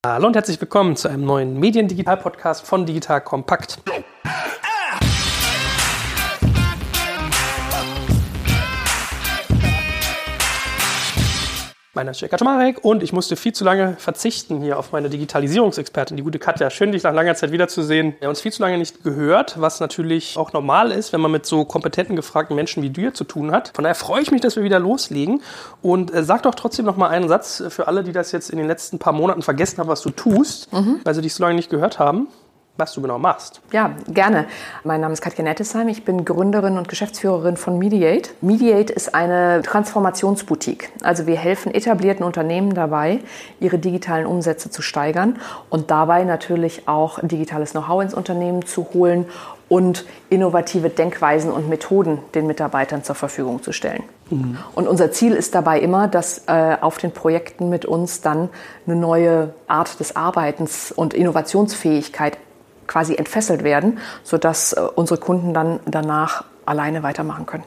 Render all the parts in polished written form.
Hallo und herzlich willkommen zu einem neuen Medien-Digital-Podcast von Digital Kompakt. Mein Name ist Jörg Kaczmarek und ich musste viel zu lange verzichten hier auf meine Digitalisierungsexpertin, die gute Katja. Schön, dich nach langer Zeit wiederzusehen. Wir haben uns viel zu lange nicht gehört, was natürlich auch normal ist, wenn man mit so kompetenten, gefragten Menschen wie dir zu tun hat. Von daher freue ich mich, dass wir wieder loslegen. Und sag doch trotzdem noch mal einen Satz für alle, die das jetzt in den letzten paar Monaten vergessen haben, was du tust, weil sie dich so lange nicht gehört haben. Was du genau machst. Ja, gerne. Mein Name ist Katja Nettesheim. Ich bin Gründerin und Geschäftsführerin von Mediate. Mediate ist eine Transformationsboutique. Also wir helfen etablierten Unternehmen dabei, ihre digitalen Umsätze zu steigern und dabei natürlich auch digitales Know-how ins Unternehmen zu holen und innovative Denkweisen und Methoden den Mitarbeitern zur Verfügung zu stellen. Und unser Ziel ist dabei immer, dass auf den Projekten mit uns dann eine neue Art des Arbeitens und Innovationsfähigkeit quasi entfesselt werden, sodass unsere Kunden dann danach alleine weitermachen können.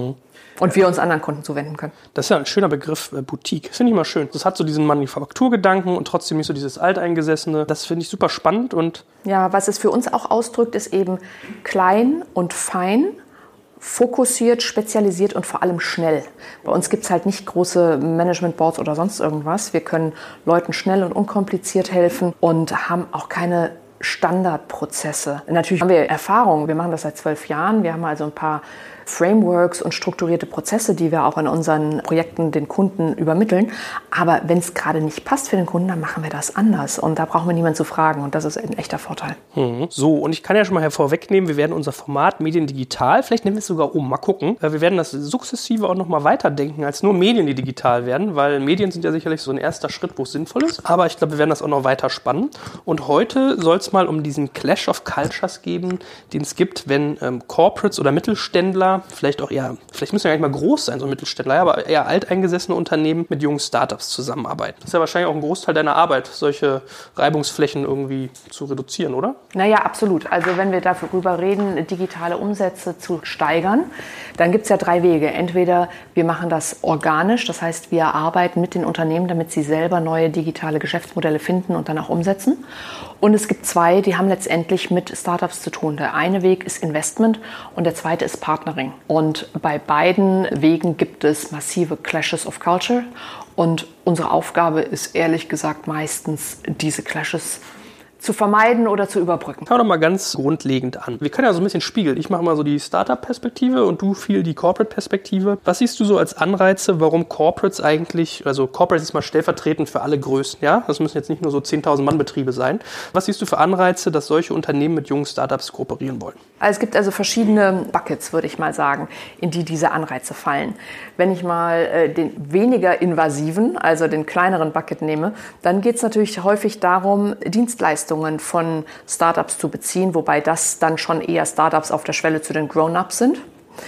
Und wir uns anderen Kunden zuwenden können. Das ist ja ein schöner Begriff, Boutique. Das finde ich immer schön. Das hat so diesen Manufakturgedanken und trotzdem nicht so dieses Alteingesessene. Das finde ich super spannend. Und ja, was es für uns auch ausdrückt, ist eben klein und fein, fokussiert, spezialisiert und vor allem schnell. Bei uns gibt es halt nicht große Management-Boards oder sonst irgendwas. Wir können Leuten schnell und unkompliziert helfen und haben auch keine Standardprozesse. Natürlich haben wir Erfahrung, wir machen das seit 12 Jahren, wir haben also ein paar Frameworks und strukturierte Prozesse, die wir auch in unseren Projekten den Kunden übermitteln. Aber wenn es gerade nicht passt für den Kunden, dann machen wir das anders. Und da brauchen wir niemanden zu fragen. Und das ist ein echter Vorteil. So, und ich kann ja schon mal hervorwegnehmen, wir werden unser Format Medien digital, vielleicht nennen wir es sogar um, mal gucken. Wir werden das sukzessive auch noch mal weiterdenken als nur Medien, die digital werden, weil Medien sind ja sicherlich so ein erster Schritt, wo es sinnvoll ist. Aber ich glaube, wir werden das auch noch weiter spannen. Und heute soll es mal um diesen Clash of Cultures geben, den es gibt, wenn Corporates oder Mittelständler, vielleicht müssen ja gar nicht mal groß sein, so Mittelständler, aber eher alteingesessene Unternehmen mit jungen Startups zusammenarbeiten. Das ist ja wahrscheinlich auch ein Großteil deiner Arbeit, solche Reibungsflächen irgendwie zu reduzieren, oder? Naja, absolut. Also wenn wir darüber reden, digitale Umsätze zu steigern, dann gibt es ja 3 Wege. Entweder wir machen das organisch, das heißt, wir arbeiten mit den Unternehmen, damit sie selber neue digitale Geschäftsmodelle finden und dann auch umsetzen. Und es gibt 2, die haben letztendlich mit Startups zu tun. Der eine Weg ist Investment und der zweite ist Partnering. Und bei beiden Wegen gibt es massive Clashes of Culture. Und unsere Aufgabe ist ehrlich gesagt meistens, diese Clashes zu vermeiden oder zu überbrücken. Fangen wir doch mal ganz grundlegend an. Wir können ja so ein bisschen spiegeln. Ich mache mal so die Startup-Perspektive und du viel die Corporate-Perspektive. Was siehst du so als Anreize, warum Corporates eigentlich, also Corporates ist mal stellvertretend für alle Größen, ja? Das müssen jetzt nicht nur so 10.000 Mann-Betriebe sein. Was siehst du für Anreize, dass solche Unternehmen mit jungen Startups kooperieren wollen? Es gibt also verschiedene Buckets, würde ich mal sagen, in die diese Anreize fallen. Wenn ich mal den weniger invasiven, also den kleineren Bucket nehme, dann geht es natürlich häufig darum, Dienstleistungen von Startups zu beziehen, wobei das dann schon eher Startups auf der Schwelle zu den Grown-ups sind.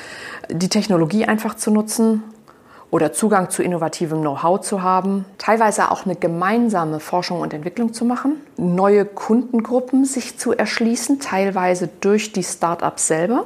Die Technologie einfach zu nutzen oder Zugang zu innovativem Know-how zu haben, teilweise auch eine gemeinsame Forschung und Entwicklung zu machen, neue Kundengruppen sich zu erschließen, teilweise durch die Startups selber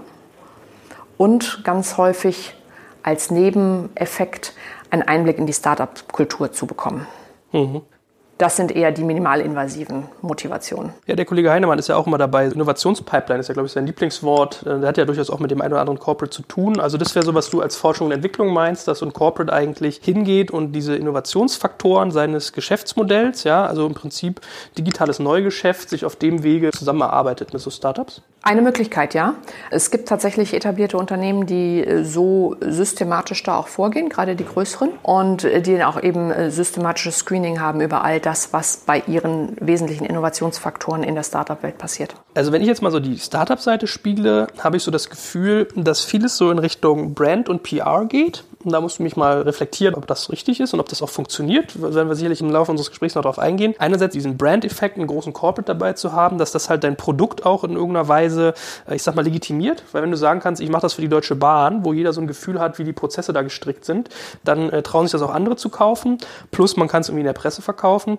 und ganz häufig als Nebeneffekt einen Einblick in die Startup-Kultur zu bekommen. Das sind eher die minimalinvasiven Motivationen. Ja, der Kollege Heinemann ist ja auch immer dabei. Innovationspipeline ist ja, glaube ich, sein Lieblingswort. Der hat ja durchaus auch mit dem einen oder anderen Corporate zu tun. Also das wäre so, was du als Forschung und Entwicklung meinst, dass so ein Corporate eigentlich hingeht und diese Innovationsfaktoren seines Geschäftsmodells, ja, also im Prinzip digitales Neugeschäft, sich auf dem Wege zusammenarbeitet mit so Startups? Eine Möglichkeit, ja. Es gibt tatsächlich etablierte Unternehmen, die so systematisch da auch vorgehen, gerade die größeren, und die auch eben systematisches Screening haben über all das, was bei ihren wesentlichen Innovationsfaktoren in der Startup-Welt passiert. Also wenn ich jetzt mal so die Startup-Seite spiegle, habe ich so das Gefühl, dass vieles so in Richtung Brand und PR geht. Und da musst du mich mal reflektieren, ob das richtig ist und ob das auch funktioniert. Da werden wir sicherlich im Laufe unseres Gesprächs noch darauf eingehen. Einerseits diesen Brand-Effekt, einen großen Corporate dabei zu haben, dass das halt dein Produkt auch in irgendeiner Weise, ich sag mal, legitimiert. Weil wenn du sagen kannst, ich mache das für die Deutsche Bahn, wo jeder so ein Gefühl hat, wie die Prozesse da gestrickt sind, dann trauen sich das auch andere zu kaufen. Plus man kann es irgendwie in der Presse verkaufen.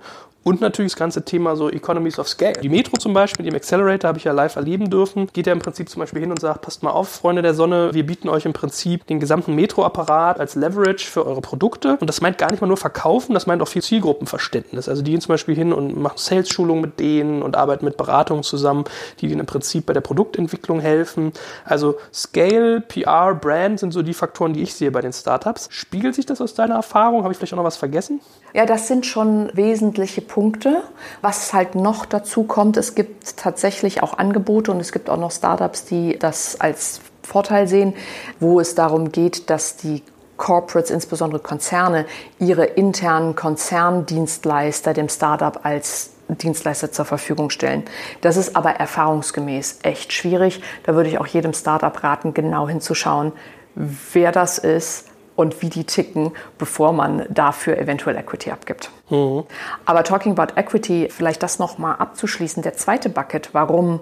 Und natürlich das ganze Thema so Economies of Scale. Die Metro zum Beispiel, mit dem Accelerator habe ich ja live erleben dürfen, geht ja im Prinzip zum Beispiel hin und sagt, passt mal auf, Freunde der Sonne, wir bieten euch im Prinzip den gesamten Metro-Apparat als Leverage für eure Produkte. Und das meint gar nicht mal nur verkaufen, das meint auch viel Zielgruppenverständnis. Also die gehen zum Beispiel hin und machen Sales-Schulungen mit denen und arbeiten mit Beratungen zusammen, die denen im Prinzip bei der Produktentwicklung helfen. Also Scale, PR, Brand sind so die Faktoren, die ich sehe bei den Startups. Spiegelt sich das aus deiner Erfahrung? Habe ich vielleicht auch noch was vergessen? Ja, das sind schon wesentliche Punkte. Was halt noch dazu kommt, es gibt tatsächlich auch Angebote und es gibt auch noch Startups, die das als Vorteil sehen, wo es darum geht, dass die Corporates, insbesondere Konzerne, ihre internen Konzerndienstleister dem Startup als Dienstleister zur Verfügung stellen. Das ist aber erfahrungsgemäß echt schwierig. Da würde ich auch jedem Startup raten, genau hinzuschauen, wer das ist und wie die ticken, bevor man dafür eventuell Equity abgibt. Mhm. Aber talking about Equity, vielleicht das nochmal abzuschließen, der zweite Bucket, warum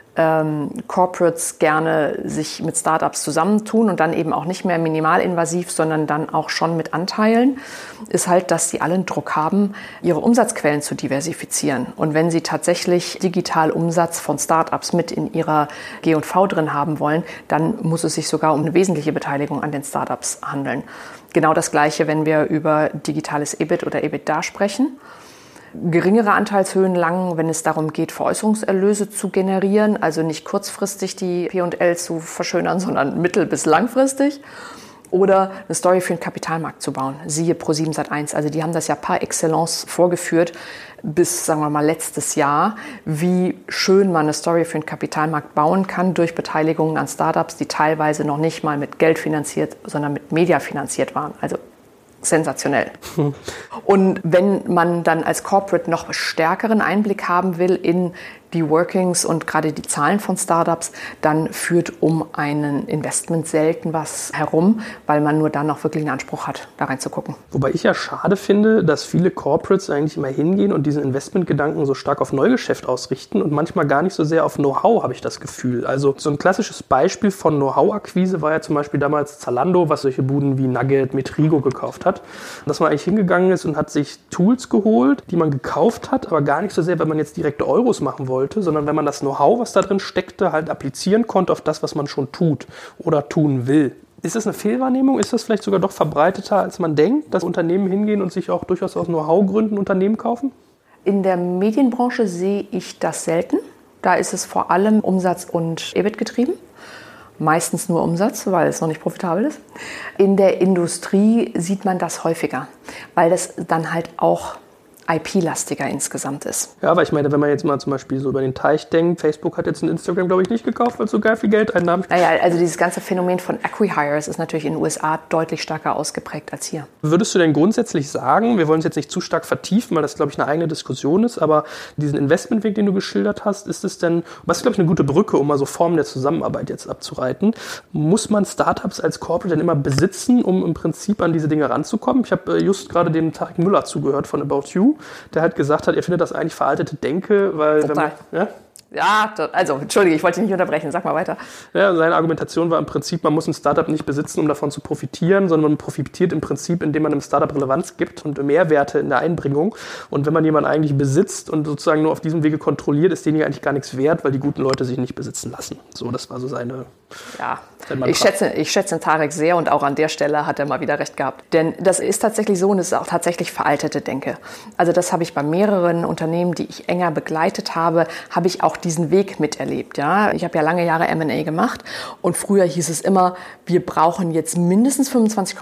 Corporates gerne sich mit Startups zusammentun und dann eben auch nicht mehr minimalinvasiv, sondern dann auch schon mit Anteilen, ist halt, dass sie alle einen Druck haben, ihre Umsatzquellen zu diversifizieren. Und wenn sie tatsächlich digital Umsatz von Startups mit in ihrer G&V drin haben wollen, dann muss es sich sogar um eine wesentliche Beteiligung an den Startups handeln. Genau das Gleiche, wenn wir über digitales EBIT oder EBITDA sprechen. Geringere Anteilshöhen lang, wenn es darum geht, Veräußerungserlöse zu generieren, also nicht kurzfristig die P&L zu verschönern, sondern mittel- bis langfristig. Oder eine Story für den Kapitalmarkt zu bauen. Siehe Pro7 Sat.1. Also die haben das ja par excellence vorgeführt bis, sagen wir mal, letztes Jahr, wie schön man eine Story für den Kapitalmarkt bauen kann durch Beteiligungen an Startups, die teilweise noch nicht mal mit Geld finanziert, sondern mit Media finanziert waren. Also sensationell. Und wenn man dann als Corporate noch stärkeren Einblick haben will in die Workings und gerade die Zahlen von Startups, dann führt um einen Investment selten was herum, weil man nur dann auch wirklich einen Anspruch hat, da reinzugucken. Wobei ich ja schade finde, dass viele Corporates eigentlich immer hingehen und diesen Investmentgedanken so stark auf Neugeschäft ausrichten und manchmal gar nicht so sehr auf Know-how, habe ich das Gefühl. Also so ein klassisches Beispiel von Know-how-Akquise war ja zum Beispiel damals Zalando, was solche Buden wie Nugget, Metrigo gekauft hat. Dass man eigentlich hingegangen ist und hat sich Tools geholt, die man gekauft hat, aber gar nicht so sehr, wenn man jetzt direkte Euros machen wollte, sondern wenn man das Know-how, was da drin steckte, halt applizieren konnte auf das, was man schon tut oder tun will. Ist das eine Fehlwahrnehmung? Ist das vielleicht sogar doch verbreiteter, als man denkt, dass Unternehmen hingehen und sich auch durchaus aus Know-how-Gründen Unternehmen kaufen? In der Medienbranche sehe ich das selten. Da ist es vor allem Umsatz und EBIT getrieben. Meistens nur Umsatz, weil es noch nicht profitabel ist. In der Industrie sieht man das häufiger, weil das dann halt auch IP-lastiger insgesamt ist. Ja, aber ich meine, wenn man jetzt mal zum Beispiel so über den Teich denkt, Facebook hat jetzt ein Instagram, glaube ich, nicht gekauft, weil es so geil viel Geld einnahm. Naja, also dieses ganze Phänomen von Acquihires ist natürlich in den USA deutlich stärker ausgeprägt als hier. Würdest du denn grundsätzlich sagen, wir wollen es jetzt nicht zu stark vertiefen, weil das, glaube ich, eine eigene Diskussion ist, aber diesen Investmentweg, den du geschildert hast, ist es denn, was ist, glaube ich, eine gute Brücke, um mal so Formen der Zusammenarbeit jetzt abzureiten? Muss man Startups als Corporate denn immer besitzen, um im Prinzip an diese Dinge ranzukommen? Ich habe just gerade dem Tarek Müller zugehört von About You, der halt gesagt hat, er findet das eigentlich veraltete Denke, weil... Total. Wenn man, ja? Ja, also, Entschuldige, ich wollte dich nicht unterbrechen, sag mal weiter. Ja, seine Argumentation war im Prinzip, man muss ein Startup nicht besitzen, um davon zu profitieren, sondern man profitiert im Prinzip, indem man einem Startup Relevanz gibt und Mehrwerte in der Einbringung. Und wenn man jemanden eigentlich besitzt und sozusagen nur auf diesem Wege kontrolliert, ist denen eigentlich gar nichts wert, weil die guten Leute sich nicht besitzen lassen. So, das war so seine... Ja, ich schätze den Tarek sehr und auch an der Stelle hat er mal wieder recht gehabt. Denn das ist tatsächlich so und es ist auch tatsächlich veraltete Denke. Also das habe ich bei mehreren Unternehmen, die ich enger begleitet habe, habe ich auch diesen Weg miterlebt. Ja? Ich habe ja lange Jahre M&A gemacht und früher hieß es immer, wir brauchen jetzt mindestens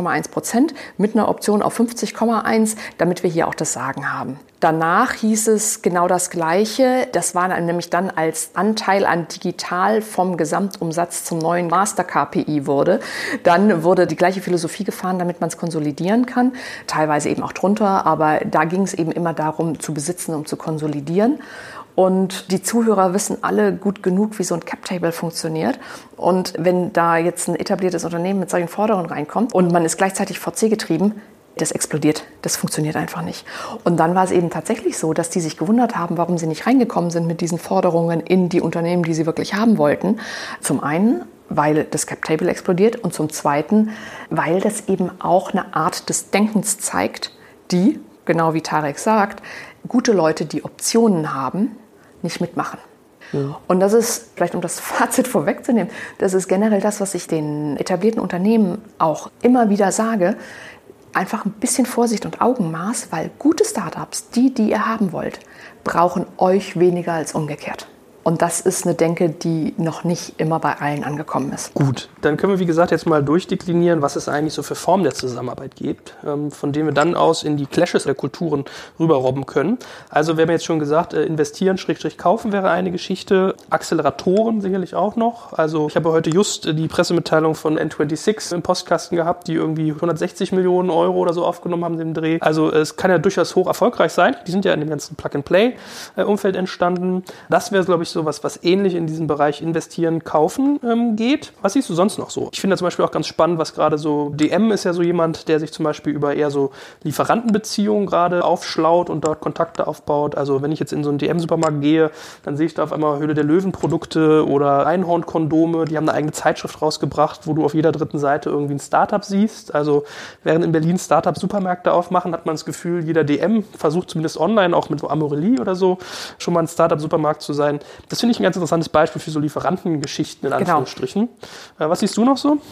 25,1% mit einer Option auf 50,1%, damit wir hier auch das Sagen haben. Danach hieß es genau das Gleiche. Das war dann nämlich dann als Anteil an digital vom Gesamtumsatz zum neuen Master-KPI wurde. Dann wurde die gleiche Philosophie gefahren, damit man es konsolidieren kann. Teilweise eben auch drunter, aber da ging es eben immer darum, zu besitzen, um zu konsolidieren. Und die Zuhörer wissen alle gut genug, wie so ein Cap-Table funktioniert. Und wenn da jetzt ein etabliertes Unternehmen mit solchen Forderungen reinkommt und man ist gleichzeitig VC getrieben, das explodiert. Das funktioniert einfach nicht. Und dann war es eben tatsächlich so, dass die sich gewundert haben, warum sie nicht reingekommen sind mit diesen Forderungen in die Unternehmen, die sie wirklich haben wollten. Zum einen, weil das Cap-Table explodiert und zum zweiten, weil das eben auch eine Art des Denkens zeigt, die, genau wie Tarek sagt, gute Leute, die Optionen haben, nicht mitmachen. Und das ist, vielleicht um das Fazit vorwegzunehmen, das ist generell das, was ich den etablierten Unternehmen auch immer wieder sage. Einfach ein bisschen Vorsicht und Augenmaß, weil gute Startups, die ihr haben wollt, brauchen euch weniger als umgekehrt. Und das ist eine Denke, die noch nicht immer bei allen angekommen ist. Gut, dann können wir, wie gesagt, jetzt mal durchdeklinieren, was es eigentlich so für Formen der Zusammenarbeit gibt, von denen wir dann aus in die Clashes der Kulturen rüberrobben können. Also wir haben jetzt schon gesagt, investieren, kaufen wäre eine Geschichte, Acceleratoren sicherlich auch noch. Also ich habe heute just die Pressemitteilung von N26 im Postkasten gehabt, die irgendwie 160 Millionen Euro oder so aufgenommen haben im Dreh. Also es kann ja durchaus hoch erfolgreich sein. Die sind ja in dem ganzen Plug-and-Play-Umfeld entstanden. Das wäre, glaube ich, sowas, was ähnlich in diesem Bereich investieren, kaufen geht. Was siehst du sonst noch so? Ich finde zum Beispiel auch ganz spannend, was gerade so, DM ist ja so jemand, der sich zum Beispiel über eher so Lieferantenbeziehungen gerade aufschlaut und dort Kontakte aufbaut. Also wenn ich jetzt in so einen DM-Supermarkt gehe, dann sehe ich da auf einmal Höhle der Löwen-Produkte oder Einhorn-Kondome, die haben eine eigene Zeitschrift rausgebracht, wo du auf jeder dritten Seite irgendwie ein Startup siehst. Also während in Berlin Startups Supermärkte aufmachen, hat man das Gefühl, jeder DM versucht zumindest online, auch mit Amorelie oder so, schon mal ein Startup-Supermarkt zu sein. Das finde ich ein ganz interessantes Beispiel für so Lieferantengeschichten in Anführungsstrichen. Genau. Was siehst du noch so?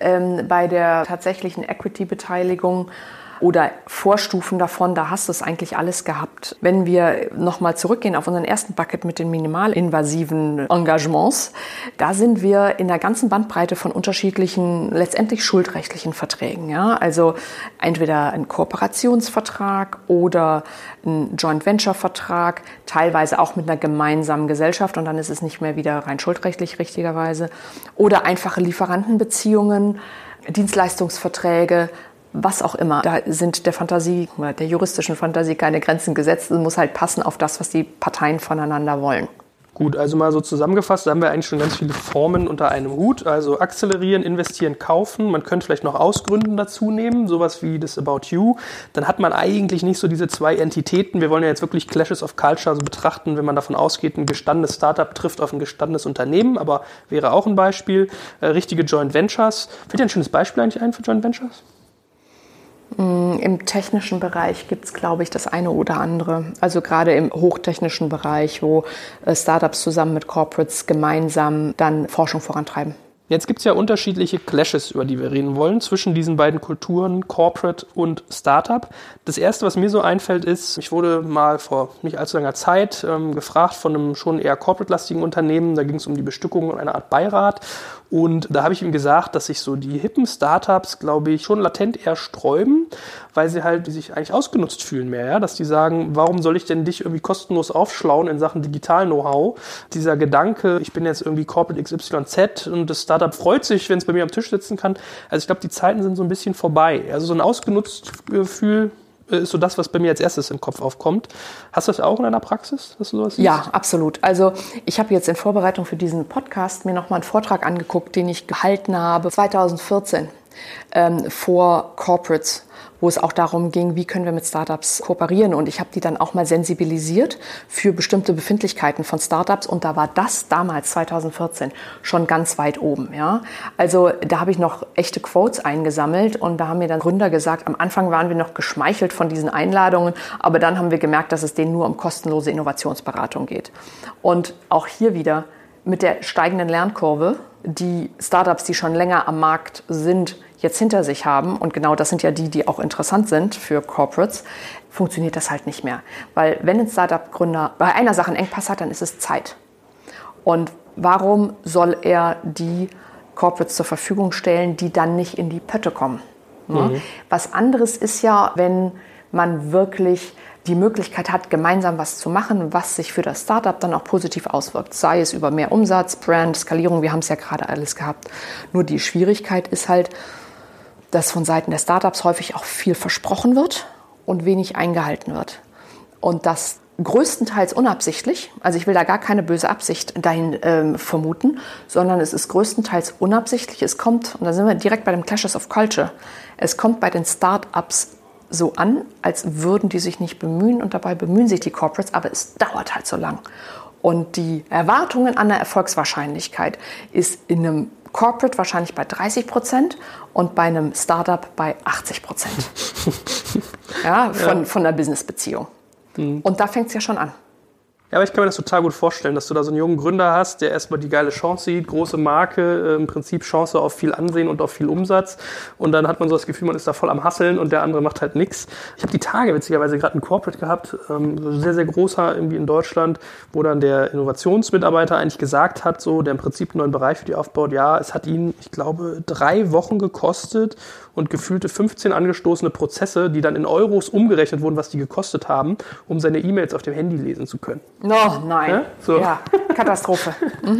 Bei der tatsächlichen Equity-Beteiligung oder Vorstufen davon, da hast du es eigentlich alles gehabt. Wenn wir nochmal zurückgehen auf unseren ersten Bucket mit den minimalinvasiven Engagements, da sind wir in der ganzen Bandbreite von unterschiedlichen, letztendlich schuldrechtlichen Verträgen. Ja? Also entweder ein Kooperationsvertrag oder ein Joint-Venture-Vertrag, teilweise auch mit einer gemeinsamen Gesellschaft und dann ist es nicht mehr wieder rein schuldrechtlich richtigerweise. Oder einfache Lieferantenbeziehungen, Dienstleistungsverträge, was auch immer. Da sind der juristischen Fantasie keine Grenzen gesetzt. Es muss halt passen auf das, was die Parteien voneinander wollen. Gut, also mal so zusammengefasst, da haben wir eigentlich schon ganz viele Formen unter einem Hut. Also akzelerieren, investieren, kaufen. Man könnte vielleicht noch Ausgründen dazu nehmen, sowas wie das About You. Dann hat man eigentlich nicht so diese zwei Entitäten. Wir wollen ja jetzt wirklich Clashes of Culture so betrachten, wenn man davon ausgeht, ein gestandenes Startup trifft auf ein gestandenes Unternehmen, aber wäre auch ein Beispiel. Richtige Joint Ventures. Fällt dir ein schönes Beispiel eigentlich ein für Joint Ventures? Im technischen Bereich gibt es, glaube ich, das eine oder andere. Also gerade im hochtechnischen Bereich, wo Startups zusammen mit Corporates gemeinsam dann Forschung vorantreiben. Jetzt gibt es ja unterschiedliche Clashes, über die wir reden wollen, zwischen diesen beiden Kulturen, Corporate und Startup. Das Erste, was mir so einfällt, ist, ich wurde mal vor nicht allzu langer Zeit gefragt von einem schon eher corporate-lastigen Unternehmen, da ging es um die Bestückung und eine Art Beirat. Und da habe ich ihm gesagt, dass sich so die hippen Startups, glaube ich, schon latent eher sträuben, weil sie halt sich eigentlich ausgenutzt fühlen mehr. Ja? Dass die sagen, warum soll ich denn dich irgendwie kostenlos aufschlauen in Sachen Digital-Know-how? Dieser Gedanke, ich bin jetzt irgendwie Corporate XYZ und das Startup freut sich, wenn es bei mir am Tisch sitzen kann. Also ich glaube, die Zeiten sind so ein bisschen vorbei. Also so ein ausgenutzt Gefühl ist so das, was bei mir als erstes im Kopf aufkommt. Hast du das auch in deiner Praxis, dass du sowas siehst? Ja, absolut. Also ich habe jetzt in Vorbereitung für diesen Podcast mir nochmal einen Vortrag angeguckt, den ich gehalten habe 2014 vor Corporates, wo es auch darum ging, wie können wir mit Startups kooperieren. Und ich habe die dann auch mal sensibilisiert für bestimmte Befindlichkeiten von Startups. Und da war das damals, 2014, schon ganz weit oben. Ja? Also da habe ich noch echte Quotes eingesammelt. Und da haben mir dann Gründer gesagt, am Anfang waren wir noch geschmeichelt von diesen Einladungen. Aber dann haben wir gemerkt, dass es denen nur um kostenlose Innovationsberatung geht. Und auch hier wieder mit der steigenden Lernkurve, die Startups, die schon länger am Markt sind, jetzt hinter sich haben, und genau das sind ja die auch interessant sind für Corporates, funktioniert das halt nicht mehr. Weil wenn ein Startup-Gründer bei einer Sache einen Engpass hat, dann ist es Zeit. Und warum soll er die Corporates zur Verfügung stellen, die dann nicht in die Pötte kommen? Mhm. Was anderes ist ja, wenn man wirklich die Möglichkeit hat, gemeinsam was zu machen, was sich für das Startup dann auch positiv auswirkt. Sei es über mehr Umsatz, Brand, Skalierung, wir haben es ja gerade alles gehabt. Nur die Schwierigkeit ist halt, dass von Seiten der Startups häufig auch viel versprochen wird und wenig eingehalten wird. Und das größtenteils unabsichtlich, also ich will da gar keine böse Absicht dahin vermuten, sondern es ist größtenteils unabsichtlich. Es kommt, und da sind wir direkt bei dem Clashes of Culture, es kommt bei den Startups so an, als würden die sich nicht bemühen, und dabei bemühen sich die Corporates, aber es dauert halt so lang. Und die Erwartungen an der Erfolgswahrscheinlichkeit ist in einem Corporate wahrscheinlich bei 30% und bei einem Startup bei 80%. Ja, von der Businessbeziehung. Und da fängt es ja schon an. Ja, aber ich kann mir das total gut vorstellen, dass du da so einen jungen Gründer hast, der erstmal die geile Chance sieht, große Marke, im Prinzip Chance auf viel Ansehen und auf viel Umsatz. Und dann hat man so das Gefühl, man ist da voll am Hasseln und der andere macht halt nichts. Ich habe die Tage witzigerweise gerade einen Corporate gehabt, sehr, sehr großer irgendwie in Deutschland, wo dann der Innovationsmitarbeiter eigentlich gesagt hat, so, der im Prinzip einen neuen Bereich für die aufbaut, ja, es hat ihn, ich glaube, 3 Wochen gekostet und gefühlte 15 angestoßene Prozesse, die dann in Euros umgerechnet wurden, was die gekostet haben, um seine E-Mails auf dem Handy lesen zu können. Oh nein, ja, so. Ja, Katastrophe.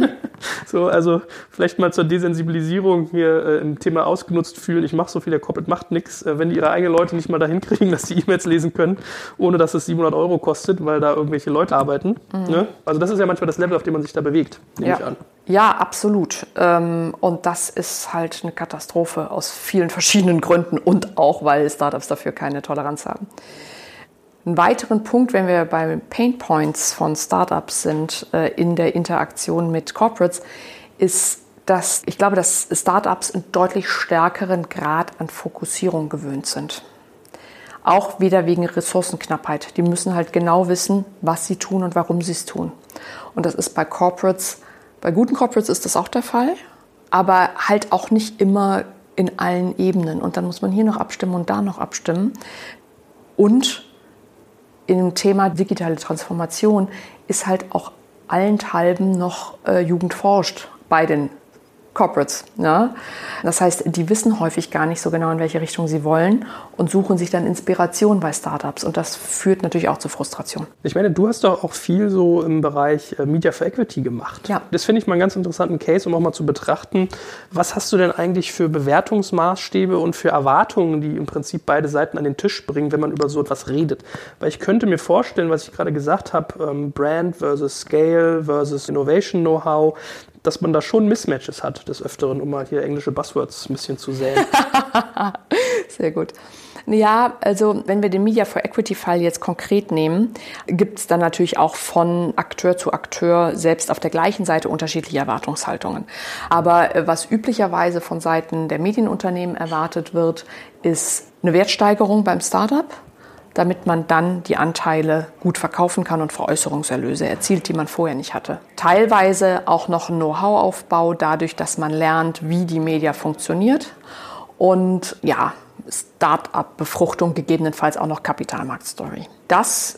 So, also vielleicht mal zur Desensibilisierung hier im Thema ausgenutzt fühlen. Ich mache so viel, der Corporate macht nichts. Wenn die ihre eigenen Leute nicht mal dahin kriegen, dass sie E-Mails lesen können, ohne dass es 700 € kostet, weil da irgendwelche Leute arbeiten. Ne? Also das ist ja manchmal das Level, auf dem man sich da bewegt, nehme ich an. Ja, absolut. Und das ist halt eine Katastrophe aus vielen verschiedenen Gründen und auch, weil Startups dafür keine Toleranz haben. Einen weiteren Punkt, wenn wir bei Pain Points von Startups sind in der Interaktion mit Corporates, ist, dass ich glaube, dass Startups einen deutlich stärkeren Grad an Fokussierung gewöhnt sind. Auch wieder wegen Ressourcenknappheit. Die müssen halt genau wissen, was sie tun und warum sie es tun. Und das ist bei Corporates, bei guten Corporates ist das auch der Fall, aber halt auch nicht immer in allen Ebenen. Und dann muss man hier noch abstimmen und da noch abstimmen. Und im Thema digitale Transformation ist halt auch allenthalben noch Jugend forscht bei den Corporates. Ne? Das heißt, die wissen häufig gar nicht so genau, in welche Richtung sie wollen und suchen sich dann Inspiration bei Startups. Und das führt natürlich auch zu Frustration. Ich meine, du hast doch auch viel so im Bereich Media for Equity gemacht. Ja. Das finde ich mal einen ganz interessanten Case, um auch mal zu betrachten. Was hast du denn eigentlich für Bewertungsmaßstäbe und für Erwartungen, die im Prinzip beide Seiten an den Tisch bringen, wenn man über so etwas redet? Weil ich könnte mir vorstellen, was ich gerade gesagt habe, Brand versus Scale versus Innovation Know-how, dass man da schon Mismatches hat, des Öfteren, um mal hier englische Buzzwords ein bisschen zu säen. Sehr gut. Ja, also wenn wir den Media for Equity-Fall jetzt konkret nehmen, gibt es dann natürlich auch von Akteur zu Akteur selbst auf der gleichen Seite unterschiedliche Erwartungshaltungen. Aber was üblicherweise von Seiten der Medienunternehmen erwartet wird, ist eine Wertsteigerung beim Startup, damit man dann die Anteile gut verkaufen kann und Veräußerungserlöse erzielt, die man vorher nicht hatte. Teilweise auch noch ein Know-how-Aufbau dadurch, dass man lernt, wie die Media funktioniert und ja, Start-up-Befruchtung, gegebenenfalls auch noch Kapitalmarkt-Story. Das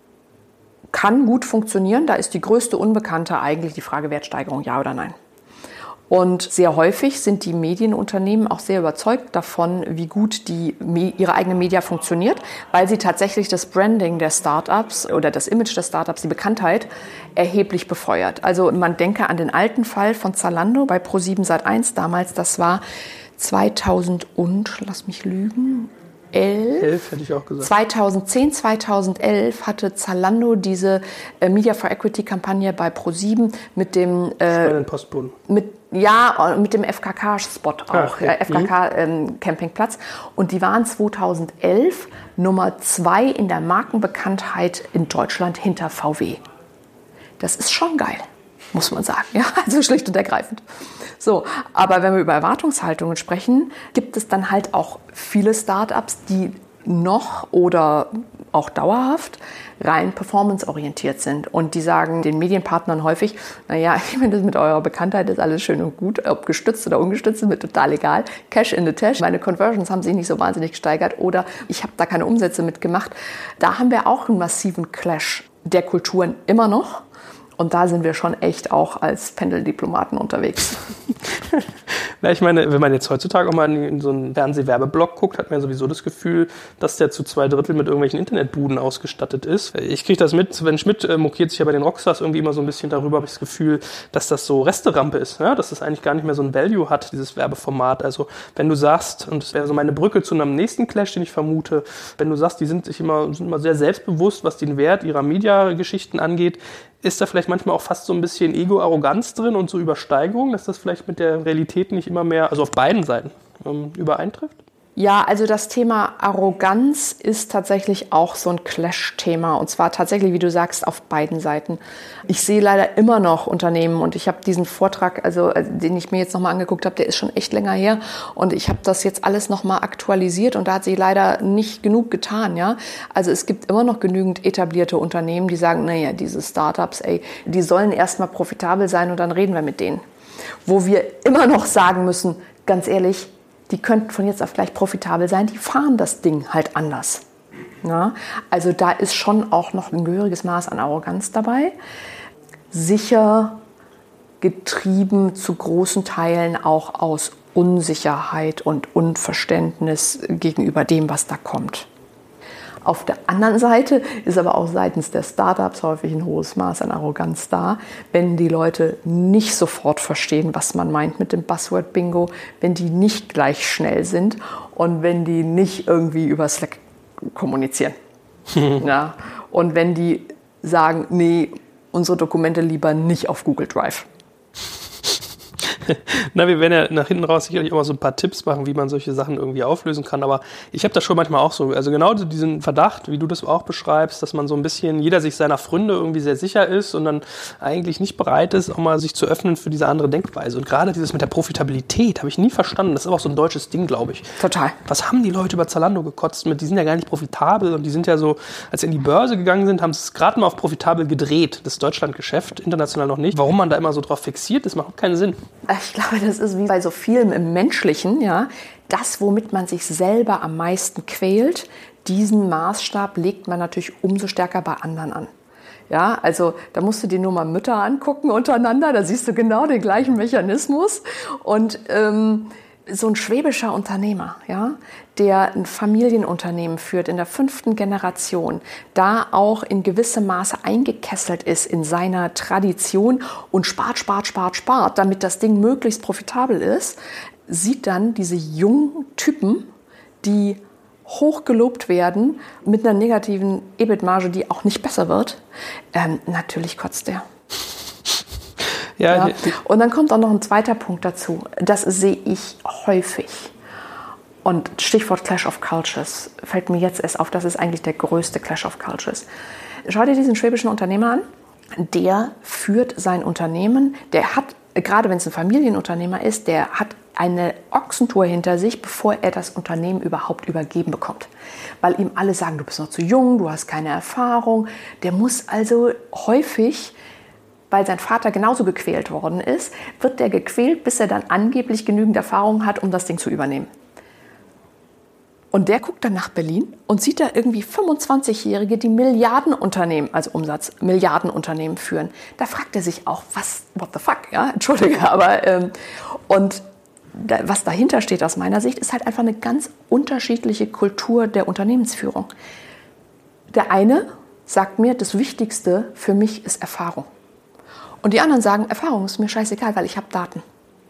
kann gut funktionieren, da ist die größte Unbekannte eigentlich die Frage Wertsteigerung, ja oder nein. Und sehr häufig sind die Medienunternehmen auch sehr überzeugt davon, wie gut ihre eigene Media funktioniert, weil sie tatsächlich das Branding der Startups oder das Image der Startups, die Bekanntheit, erheblich befeuert. Also man denke an den alten Fall von Zalando bei Pro7 Sat.1 damals, das war 2000 und, lass mich lügen, 11 hätte ich auch gesagt. 2010, 2011 hatte Zalando diese Media for Equity Kampagne bei Pro7 mit dem Postboden. mit dem FKK-Spot auch, okay. FKK-Campingplatz. Und die waren 2011 Nummer 2 in der Markenbekanntheit in Deutschland hinter VW. Das ist schon geil, muss man sagen. Ja, also schlicht und ergreifend. So, aber wenn wir über Erwartungshaltungen sprechen, gibt es dann halt auch viele Startups, die noch oder auch dauerhaft rein performanceorientiert sind. Und die sagen den Medienpartnern häufig, naja, ich meine, das mit eurer Bekanntheit ist alles schön und gut, ob gestützt oder ungestützt, ist mir total egal. Cash in the Tash, meine Conversions haben sich nicht so wahnsinnig gesteigert oder ich habe da keine Umsätze mitgemacht. Da haben wir auch einen massiven Clash der Kulturen immer noch. Und da sind wir schon echt auch als Pendeldiplomaten unterwegs. Na, ich meine, wenn man jetzt heutzutage auch mal in so einen Fernsehwerbeblock guckt, hat man ja sowieso das Gefühl, dass der zu 2/3 mit irgendwelchen Internetbuden ausgestattet ist. Ich kriege das mit, Sven Schmidt mokiert sich ja bei den Rockstars irgendwie immer so ein bisschen darüber, habe ich das Gefühl, dass das so Resterampe ist, ja? Dass das eigentlich gar nicht mehr so ein Value hat, dieses Werbeformat. Also wenn du sagst, und das wäre so meine Brücke zu einem nächsten Clash, den ich vermute, wenn du sagst, die sind immer sehr selbstbewusst, was den Wert ihrer Media-Geschichten angeht, ist da vielleicht manchmal auch fast so ein bisschen Ego-Arroganz drin und so Übersteigerung, dass das vielleicht mit der Realität nicht immer mehr, also auf beiden Seiten, übereintrifft? Ja, also das Thema Arroganz ist tatsächlich auch so ein Clash-Thema. Und zwar tatsächlich, wie du sagst, auf beiden Seiten. Ich sehe leider immer noch Unternehmen und ich habe diesen Vortrag, den ich mir jetzt nochmal angeguckt habe, der ist schon echt länger her. Und ich habe das jetzt alles nochmal aktualisiert und da hat sich leider nicht genug getan. Ja? Also es gibt immer noch genügend etablierte Unternehmen, die sagen, naja, diese Startups, die sollen erstmal profitabel sein und dann reden wir mit denen. Wo wir immer noch sagen müssen, ganz ehrlich, die könnten von jetzt auf gleich profitabel sein, die fahren das Ding halt anders. Ja? Also da ist schon auch noch ein gehöriges Maß an Arroganz dabei. Sicher getrieben zu großen Teilen auch aus Unsicherheit und Unverständnis gegenüber dem, was da kommt. Auf der anderen Seite ist aber auch seitens der Startups häufig ein hohes Maß an Arroganz da, wenn die Leute nicht sofort verstehen, was man meint mit dem Buzzword-Bingo, wenn die nicht gleich schnell sind und wenn die nicht irgendwie über Slack kommunizieren. Ja, und wenn die sagen, nee, unsere Dokumente lieber nicht auf Google Drive. Na, wir werden ja nach hinten raus sicherlich auch mal so ein paar Tipps machen, wie man solche Sachen irgendwie auflösen kann, aber ich habe das schon manchmal auch so, also genau diesen Verdacht, wie du das auch beschreibst, dass man so ein bisschen, jeder sich seiner Fründe irgendwie sehr sicher ist und dann eigentlich nicht bereit ist, auch mal sich zu öffnen für diese andere Denkweise. Und gerade dieses mit der Profitabilität habe ich nie verstanden, das ist aber auch so ein deutsches Ding, glaube ich. Total. Was haben die Leute über Zalando gekotzt mit, die sind ja gar nicht profitabel und die sind ja so, als sie in die Börse gegangen sind, haben sie es gerade mal auf profitabel gedreht, das Deutschlandgeschäft, international noch nicht. Warum man da immer so drauf fixiert, das macht keinen Sinn. Ich glaube, das ist wie bei so vielem im Menschlichen, ja. Das, womit man sich selber am meisten quält, diesen Maßstab legt man natürlich umso stärker bei anderen an. Ja, also da musst du dir nur mal Mütter angucken untereinander, da siehst du genau den gleichen Mechanismus. Und so ein schwäbischer Unternehmer, ja, der ein Familienunternehmen führt in der 5. Generation, da auch in gewissem Maße eingekesselt ist in seiner Tradition und spart, damit das Ding möglichst profitabel ist, sieht dann diese jungen Typen, die hochgelobt werden mit einer negativen EBIT-Marge, die auch nicht besser wird. Natürlich kotzt der. Ja. Und dann kommt auch noch ein zweiter Punkt dazu. Das sehe ich häufig. Und Stichwort Clash of Cultures fällt mir jetzt erst auf, das ist eigentlich der größte Clash of Cultures. Schau dir diesen schwäbischen Unternehmer an. Der führt sein Unternehmen, der hat, gerade wenn es ein Familienunternehmer ist, der hat eine Ochsentour hinter sich, bevor er das Unternehmen überhaupt übergeben bekommt. Weil ihm alle sagen, du bist noch zu jung, du hast keine Erfahrung. Der muss also häufig, weil sein Vater genauso gequält worden ist, wird der gequält, bis er dann angeblich genügend Erfahrung hat, um das Ding zu übernehmen. Und der guckt dann nach Berlin und sieht da irgendwie 25-Jährige, die Milliardenunternehmen, also Umsatz, Milliardenunternehmen führen. Da fragt er sich auch, what the fuck, ja, entschuldige, aber, was dahinter steht aus meiner Sicht, ist halt einfach eine ganz unterschiedliche Kultur der Unternehmensführung. Der eine sagt mir, das Wichtigste für mich ist Erfahrung. Und die anderen sagen, Erfahrung ist mir scheißegal, weil ich habe Daten.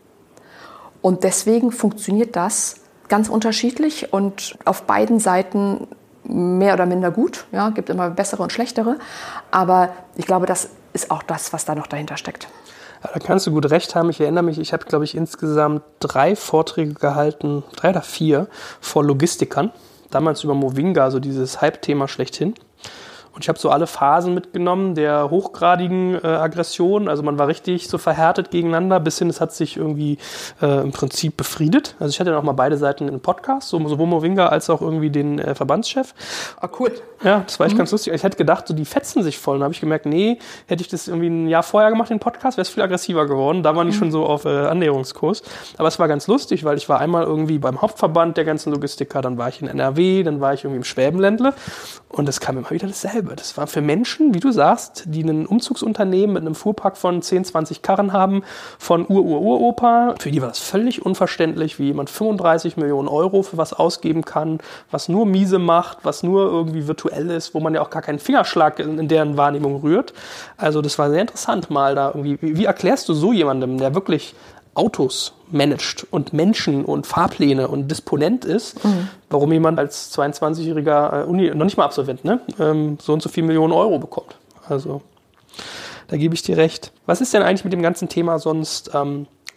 Und deswegen funktioniert das ganz unterschiedlich und auf beiden Seiten mehr oder minder gut. Ja, gibt immer bessere und schlechtere. Aber ich glaube, das ist auch das, was da noch dahinter steckt. Ja, da kannst du gut recht haben. Ich erinnere mich, ich habe, glaube ich, insgesamt 3 Vorträge gehalten, 3 oder 4, vor Logistikern. Damals über Movinga, so dieses Hype-Thema schlechthin. Und ich habe so alle Phasen mitgenommen der hochgradigen Aggression. Also man war richtig so verhärtet gegeneinander, bis hin, es hat sich irgendwie im Prinzip befriedet. Also ich hatte dann auch mal beide Seiten im Podcast, sowohl Movinga als auch irgendwie den Verbandschef. Ah, cool. Ja, das war echt ganz lustig. Ich hätte gedacht, so die fetzen sich voll. Und dann habe ich gemerkt, nee, hätte ich das irgendwie ein Jahr vorher gemacht, den Podcast, wäre es viel aggressiver geworden. Da waren die schon so auf Annäherungskurs. Aber es war ganz lustig, weil ich war einmal irgendwie beim Hauptverband der ganzen Logistiker, dann war ich in NRW, dann war ich irgendwie im Schwäbenländle. Und es kam immer wieder dasselbe. Das war für Menschen, wie du sagst, die ein Umzugsunternehmen mit einem Fuhrpark von 10, 20 Karren haben, von Uropa. Für die war das völlig unverständlich, wie jemand 35 Millionen Euro für was ausgeben kann, was nur miese macht, was nur irgendwie virtuell ist, wo man ja auch gar keinen Fingerschlag in deren Wahrnehmung rührt. Also das war sehr interessant mal da irgendwie. Wie erklärst du so jemandem, der wirklich Autos managt und Menschen und Fahrpläne und Disponent ist, warum jemand als 22-jähriger noch nicht mal Absolvent, ne, so und so viel Millionen Euro bekommt. Also da gebe ich dir recht. Was ist denn eigentlich mit dem ganzen Thema sonst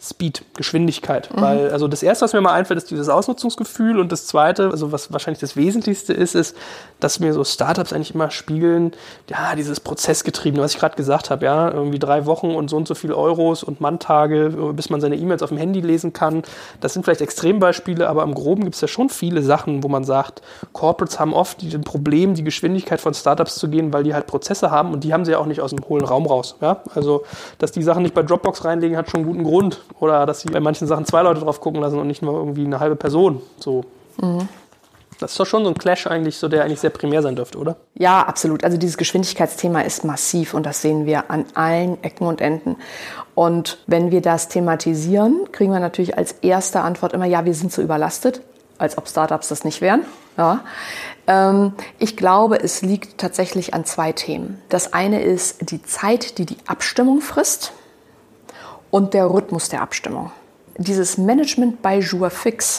Speed, Geschwindigkeit. Weil, also das Erste, was mir mal einfällt, ist dieses Ausnutzungsgefühl und das Zweite, also was wahrscheinlich das Wesentlichste ist, dass mir so Startups eigentlich immer spiegeln, ja, dieses Prozessgetriebene, was ich gerade gesagt habe, ja, irgendwie 3 Wochen und so viele Euros und Manntage, bis man seine E-Mails auf dem Handy lesen kann. Das sind vielleicht Extrembeispiele, aber im Groben gibt es ja schon viele Sachen, wo man sagt, Corporates haben oft ein Problem, die Geschwindigkeit von Startups zu gehen, weil die halt Prozesse haben und die haben sie ja auch nicht aus dem hohlen Raum raus. Ja? Also, dass die Sachen nicht bei Dropbox reinlegen, hat schon einen guten Grund. Oder dass sie bei manchen Sachen 2 Leute drauf gucken lassen und nicht nur irgendwie eine halbe Person. So. Das ist doch schon so ein Clash eigentlich, so der eigentlich sehr primär sein dürfte, oder? Ja, absolut. Also dieses Geschwindigkeitsthema ist massiv und das sehen wir an allen Ecken und Enden. Und wenn wir das thematisieren, kriegen wir natürlich als erste Antwort immer, ja, wir sind so überlastet, als ob Startups das nicht wären. Ja. Ich glaube, es liegt tatsächlich an 2 Themen. Das eine ist die Zeit, die Abstimmung frisst und der Rhythmus der Abstimmung. Dieses Management bei jour fix.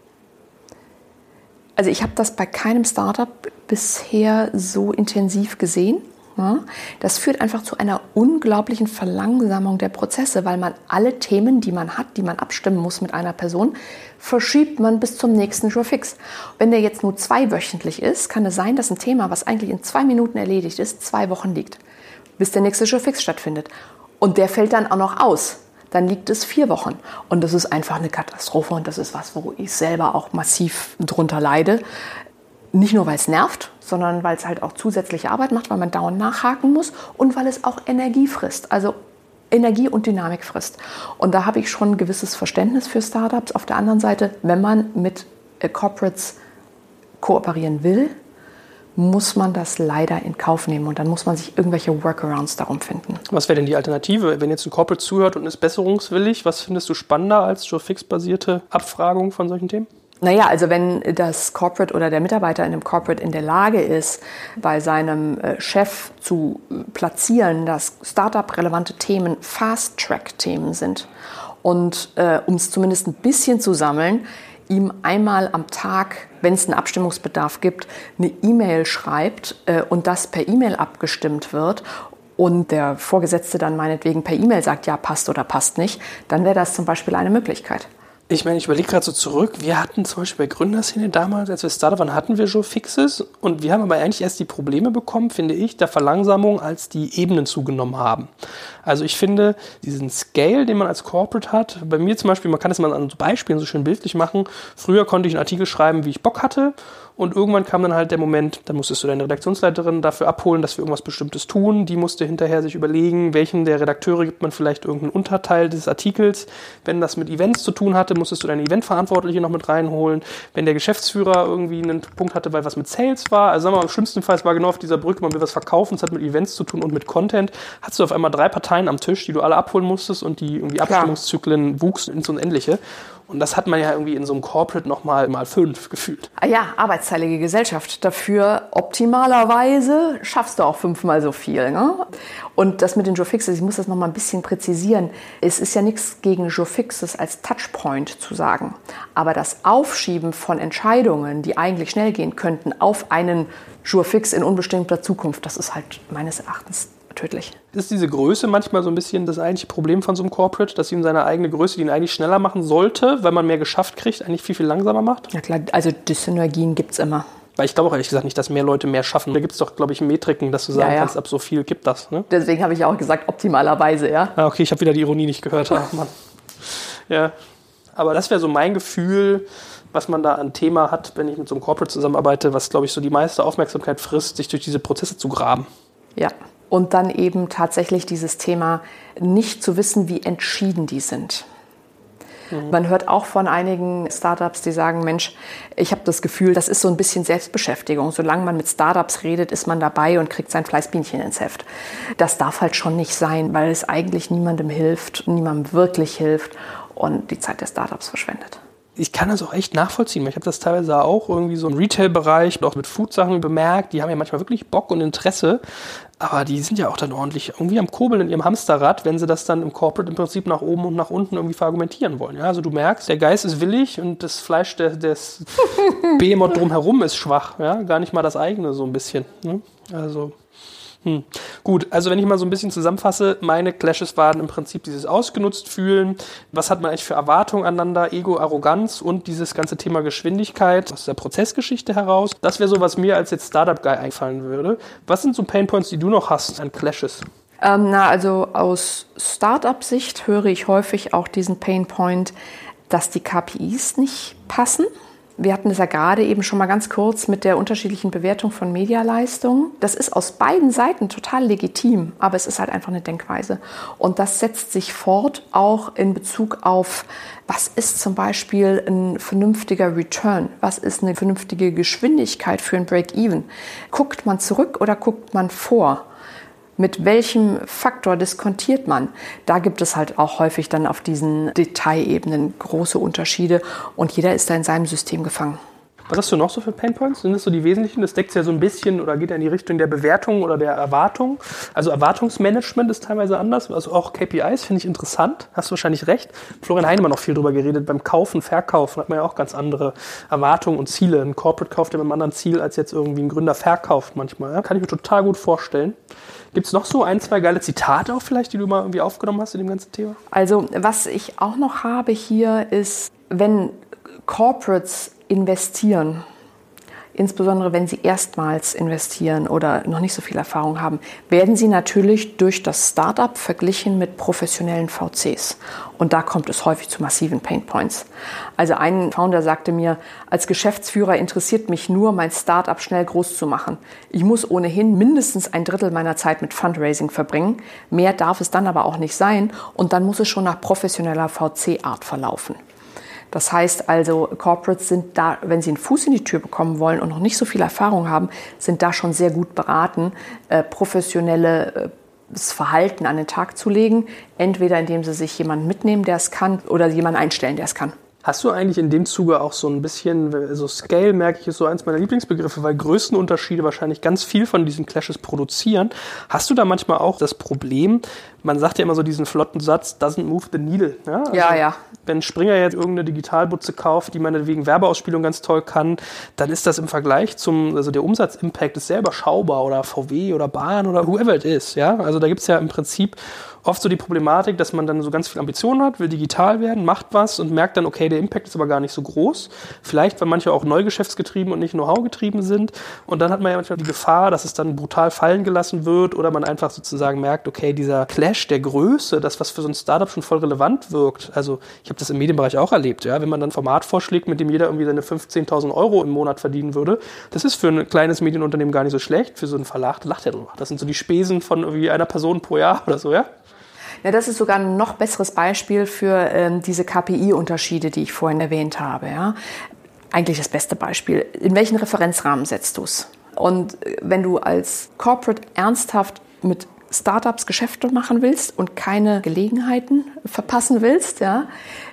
Also ich habe das bei keinem Startup bisher so intensiv gesehen. Ja, das führt einfach zu einer unglaublichen Verlangsamung der Prozesse, weil man alle Themen, die man hat, die man abstimmen muss mit einer Person, verschiebt man bis zum nächsten jour-fix. Wenn der jetzt nur 2-wöchentlich ist, kann es sein, dass ein Thema, was eigentlich in 2 Minuten erledigt ist, 2 Wochen liegt, bis der nächste jour-fix stattfindet. Und der fällt dann auch noch aus. Dann liegt es 4 Wochen. Und das ist einfach eine Katastrophe und das ist was, wo ich selber auch massiv drunter leide. Nicht nur, weil es nervt, sondern weil es halt auch zusätzliche Arbeit macht, weil man dauernd nachhaken muss und weil es auch Energie frisst, also Energie und Dynamik frisst. Und da habe ich schon ein gewisses Verständnis für Startups. Auf der anderen Seite, wenn man mit Corporates kooperieren will, muss man das leider in Kauf nehmen und dann muss man sich irgendwelche Workarounds darum finden. Was wäre denn die Alternative? Wenn jetzt ein Corporate zuhört und ist besserungswillig, was findest du spannender als jour-fix-basierte Abfragung von solchen Themen? Naja, also wenn das Corporate oder der Mitarbeiter in einem Corporate in der Lage ist, bei seinem Chef zu platzieren, dass Startup-relevante Themen Fast-Track-Themen sind und um es zumindest ein bisschen zu sammeln, ihm einmal am Tag, wenn es einen Abstimmungsbedarf gibt, eine E-Mail schreibt und das per E-Mail abgestimmt wird und der Vorgesetzte dann meinetwegen per E-Mail sagt, ja, passt oder passt nicht, dann wäre das zum Beispiel eine Möglichkeit. Ich meine, ich überlege gerade so zurück, wir hatten zum Beispiel bei Gründerszene damals, als wir Startup waren, hatten wir jour-fixes und wir haben aber eigentlich erst die Probleme bekommen, finde ich, der Verlangsamung, als die Ebenen zugenommen haben. Also ich finde, diesen Scale, den man als Corporate hat, bei mir zum Beispiel, man kann das mal an Beispielen so schön bildlich machen, früher konnte ich einen Artikel schreiben, wie ich Bock hatte und irgendwann kam dann halt der Moment, dann musstest du deine Redaktionsleiterin dafür abholen, dass wir irgendwas Bestimmtes tun, die musste hinterher sich überlegen, welchen der Redakteure gibt man vielleicht irgendeinen Unterteil des Artikels, wenn das mit Events zu tun hatte, musstest du deine Eventverantwortliche noch mit reinholen, wenn der Geschäftsführer irgendwie einen Punkt hatte, weil was mit Sales war, also sagen wir mal, im schlimmsten Fall, es war genau auf dieser Brücke, man will was verkaufen, es hat mit Events zu tun und mit Content, hast du auf einmal 3 Parteien am Tisch, die du alle abholen musstest und die irgendwie Abstimmungszyklen wuchsen ins Unendliche. Und das hat man ja irgendwie in so einem Corporate nochmal mal 5 gefühlt. Ja, arbeitsteilige Gesellschaft. Dafür optimalerweise schaffst du auch 5-mal so viel. Ne? Und das mit den jour-fixes, ich muss das nochmal ein bisschen präzisieren. Es ist ja nichts gegen jour-fixes als Touchpoint zu sagen. Aber das Aufschieben von Entscheidungen, die eigentlich schnell gehen könnten, auf einen jour-fix in unbestimmter Zukunft, das ist halt meines Erachtens tödlich. Ist diese Größe manchmal so ein bisschen das eigentliche Problem von so einem Corporate, dass ihm seine eigene Größe, die ihn eigentlich schneller machen sollte, weil man mehr geschafft kriegt, eigentlich viel, viel langsamer macht? Ja klar, also die Synergien gibt es immer. Weil ich glaube auch ehrlich gesagt nicht, dass mehr Leute mehr schaffen. Da gibt es doch, glaube ich, Metriken, dass du sagen kannst, ab so viel gibt das. Ne? Deswegen habe ich auch gesagt, optimalerweise, ja. Ah, okay, ich habe wieder die Ironie nicht gehört. Ach, Mann. Ja, aber das wäre so mein Gefühl, was man da an Thema hat, wenn ich mit so einem Corporate zusammenarbeite, was, glaube ich, so die meiste Aufmerksamkeit frisst, sich durch diese Prozesse zu graben. Ja. Und dann eben tatsächlich dieses Thema, nicht zu wissen, wie entschieden die sind. Man hört auch von einigen Startups, die sagen, Mensch, ich habe das Gefühl, das ist so ein bisschen Selbstbeschäftigung. Solange man mit Startups redet, ist man dabei und kriegt sein Fleißbienchen ins Heft. Das darf halt schon nicht sein, weil es eigentlich niemandem hilft, niemandem wirklich hilft und die Zeit der Startups verschwendet. Ich kann das auch echt nachvollziehen. Ich habe das teilweise auch irgendwie so im Retail-Bereich, auch mit Food-Sachen bemerkt. Die haben ja manchmal wirklich Bock und Interesse, aber die sind ja auch dann ordentlich irgendwie am Kurbeln in ihrem Hamsterrad, wenn sie das dann im Corporate im Prinzip nach oben und nach unten irgendwie verargumentieren wollen. Ja, also du merkst, der Geist ist willig und das Fleisch des Behemoth drumherum ist schwach. Ja, gar nicht mal das eigene so ein bisschen. Ne? Also Gut, also wenn ich mal so ein bisschen zusammenfasse, meine Clashes waren im Prinzip dieses ausgenutzt fühlen, was hat man eigentlich für Erwartungen aneinander, Ego, Arroganz und dieses ganze Thema Geschwindigkeit aus der Prozessgeschichte heraus. Das wäre so, was mir als jetzt Startup-Guy einfallen würde. Was sind so Painpoints, die du noch hast an Clashes? Also aus Startup-Sicht höre ich häufig auch diesen Painpoint, dass die KPIs nicht passen. Wir hatten es ja gerade eben schon mal ganz kurz mit der unterschiedlichen Bewertung von Medialeistungen. Das ist aus beiden Seiten total legitim, aber es ist halt einfach eine Denkweise. Und das setzt sich fort auch in Bezug auf, was ist zum Beispiel ein vernünftiger Return? Was ist eine vernünftige Geschwindigkeit für ein Break-Even? Guckt man zurück oder guckt man vor? Mit welchem Faktor diskontiert man? Da gibt es halt auch häufig dann auf diesen Detailebenen große Unterschiede und jeder ist da in seinem System gefangen. Was hast du noch so für Painpoints? Sind das so die wesentlichen? Das deckt ja so ein bisschen oder geht ja in die Richtung der Bewertung oder der Erwartung. Also Erwartungsmanagement ist teilweise anders. Also auch KPIs finde ich interessant. Hast du wahrscheinlich recht. Florian Heinemann noch viel drüber geredet. Beim Kaufen, Verkaufen hat man ja auch ganz andere Erwartungen und Ziele. Ein Corporate kauft ja mit einem anderen Ziel, als jetzt irgendwie ein Gründer verkauft manchmal. Ja? Kann ich mir total gut vorstellen. Gibt es noch so ein, zwei geile Zitate auch vielleicht, die du mal irgendwie aufgenommen hast in dem ganzen Thema? Also was ich auch noch habe hier ist, wenn Corporates investieren, insbesondere wenn sie erstmals investieren oder noch nicht so viel Erfahrung haben, werden sie natürlich durch das Startup verglichen mit professionellen VCs. Und da kommt es häufig zu massiven Painpoints. Also ein Founder sagte mir, als Geschäftsführer interessiert mich nur, mein Startup schnell groß zu machen. Ich muss ohnehin mindestens 1/3 meiner Zeit mit Fundraising verbringen. Mehr darf es dann aber auch nicht sein. Und dann muss es schon nach professioneller VC-Art verlaufen. Das heißt also, Corporates sind da, wenn sie einen Fuß in die Tür bekommen wollen und noch nicht so viel Erfahrung haben, sind da schon sehr gut beraten, professionelles Verhalten an den Tag zu legen. Entweder indem sie sich jemanden mitnehmen, der es kann, oder jemanden einstellen, der es kann. Hast du eigentlich in dem Zuge auch so ein bisschen, so Scale, merke ich, ist so eins meiner Lieblingsbegriffe, weil Größenunterschiede wahrscheinlich ganz viel von diesen Clashes produzieren. Hast du da manchmal auch das Problem, man sagt ja immer so diesen flotten Satz, doesn't move the needle. Ja, also Ja. Wenn Springer jetzt irgendeine Digitalbutze kauft, die meinetwegen Werbeausspielung ganz toll kann, dann ist das im Vergleich also der Umsatzimpact ist sehr überschaubar oder VW oder Bahn oder whoever it is. Ja? Also da gibt es ja im Prinzip oft so die Problematik, dass man dann so ganz viel Ambitionen hat, will digital werden, macht was und merkt dann, okay, der Impact ist aber gar nicht so groß. Vielleicht, weil manche auch neugeschäftsgetrieben und nicht Know-how getrieben sind. Und dann hat man ja manchmal die Gefahr, dass es dann brutal fallen gelassen wird oder man einfach sozusagen merkt, okay, dieser Clash der Größe, das, was für so ein Startup schon voll relevant wirkt. Also ich habe das im Medienbereich auch erlebt. Ja? Wenn man dann ein Format vorschlägt, mit dem jeder irgendwie seine 15.000 € im Monat verdienen würde, das ist für ein kleines Medienunternehmen gar nicht so schlecht. Für so einen Verlag, da lacht er drüber. Das sind so die Spesen von irgendwie einer Person pro Jahr oder so, ja? Ja, das ist sogar ein noch besseres Beispiel für diese KPI-Unterschiede, die ich vorhin erwähnt habe. Ja? Eigentlich das beste Beispiel. In welchen Referenzrahmen setzt du es? Und wenn du als Corporate ernsthaft mit Startups Geschäfte machen willst und keine Gelegenheiten verpassen willst, ja,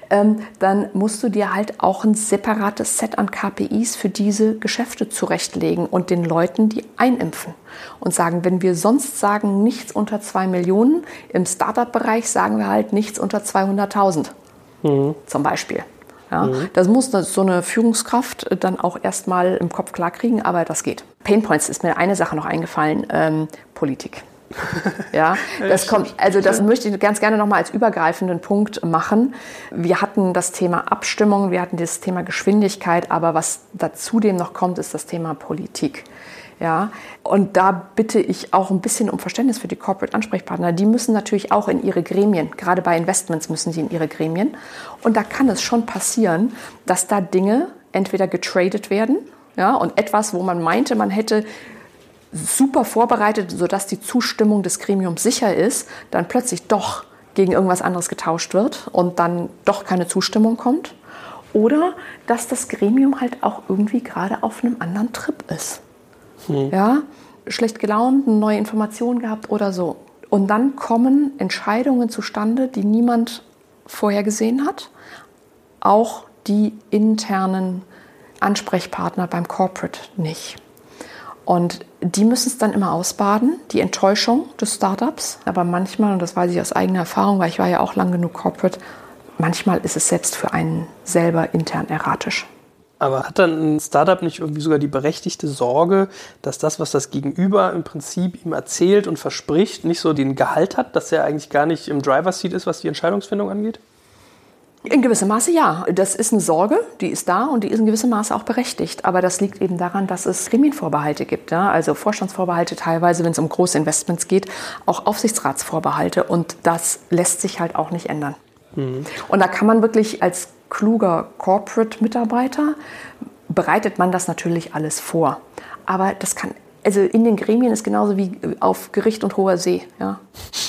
dann musst du dir halt auch ein separates Set an KPIs für diese Geschäfte zurechtlegen und den Leuten die einimpfen und sagen, wenn wir sonst sagen, nichts unter 2 Millionen, im Startup-Bereich sagen wir halt nichts unter 200.000 zum Beispiel. Ja, das muss so eine Führungskraft dann auch erstmal im Kopf klarkriegen, aber das geht. Painpoints ist mir eine Sache noch eingefallen, Politik. Ja, das kommt, also das möchte ich ganz gerne nochmal als übergreifenden Punkt machen. Wir hatten das Thema Abstimmung, wir hatten das Thema Geschwindigkeit, aber was dazu dem noch kommt, ist das Thema Politik. Ja, und da bitte ich auch ein bisschen um Verständnis für die Corporate-Ansprechpartner. Die müssen natürlich auch in ihre Gremien, gerade bei Investments müssen sie in ihre Gremien. Und da kann es schon passieren, dass da Dinge entweder getradet werden, ja, und etwas, wo man meinte, man hätte super vorbereitet, sodass die Zustimmung des Gremiums sicher ist, dann plötzlich doch gegen irgendwas anderes getauscht wird und dann doch keine Zustimmung kommt. Oder dass das Gremium halt auch irgendwie gerade auf einem anderen Trip ist. Ja, schlecht gelaunt, eine neue Information gehabt oder so. Und dann kommen Entscheidungen zustande, die niemand vorher gesehen hat. Auch die internen Ansprechpartner beim Corporate nicht. Und die müssen es dann immer ausbaden, die Enttäuschung des Startups. Aber manchmal, und das weiß ich aus eigener Erfahrung, weil ich war ja auch lang genug Corporate, manchmal ist es selbst für einen selber intern erratisch. Aber hat dann ein Startup nicht irgendwie sogar die berechtigte Sorge, dass das, was das Gegenüber im Prinzip ihm erzählt und verspricht, nicht so den Gehalt hat, dass er eigentlich gar nicht im Driver's Seat ist, was die Entscheidungsfindung angeht? In gewissem Maße ja. Das ist eine Sorge, die ist da und die ist in gewissem Maße auch berechtigt. Aber das liegt eben daran, dass es Gremienvorbehalte gibt. Ja? Also Vorstandsvorbehalte teilweise, wenn es um große Investments geht, auch Aufsichtsratsvorbehalte. Und das lässt sich halt auch nicht ändern. Und da kann man wirklich als kluger Corporate-Mitarbeiter, bereitet man das natürlich alles vor. Aber das kann, also in den Gremien ist genauso wie auf Gericht und hoher See. Ja.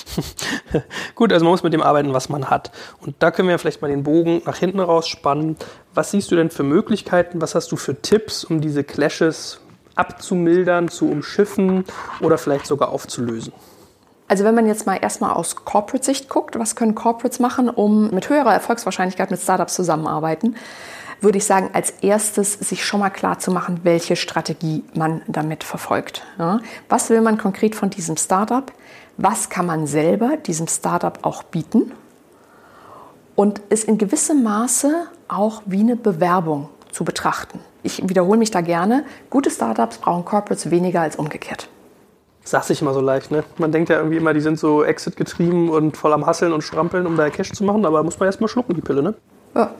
Gut, also man muss mit dem arbeiten, was man hat. Und da können wir vielleicht mal den Bogen nach hinten rausspannen. Was siehst du denn für Möglichkeiten? Was hast du für Tipps, um diese Clashes abzumildern, zu umschiffen oder vielleicht sogar aufzulösen? Also wenn man jetzt mal erstmal aus Corporate-Sicht guckt, was können Corporates machen, um mit höherer Erfolgswahrscheinlichkeit mit Startups zusammenarbeiten, würde ich sagen, als erstes sich schon mal klar zu machen, welche Strategie man damit verfolgt. Ja? Was will man konkret von diesem Startup? Was kann man selber diesem Startup auch bieten? Und es in gewissem Maße auch wie eine Bewerbung zu betrachten. Ich wiederhole mich da gerne, gute Startups brauchen Corporates weniger als umgekehrt. Sagt sich immer so leicht, ne? Man denkt ja irgendwie immer, die sind so Exit-getrieben und voll am Hasseln und Strampeln, um da Cash zu machen, aber muss man erst mal schlucken, die Pille, ne? Ja.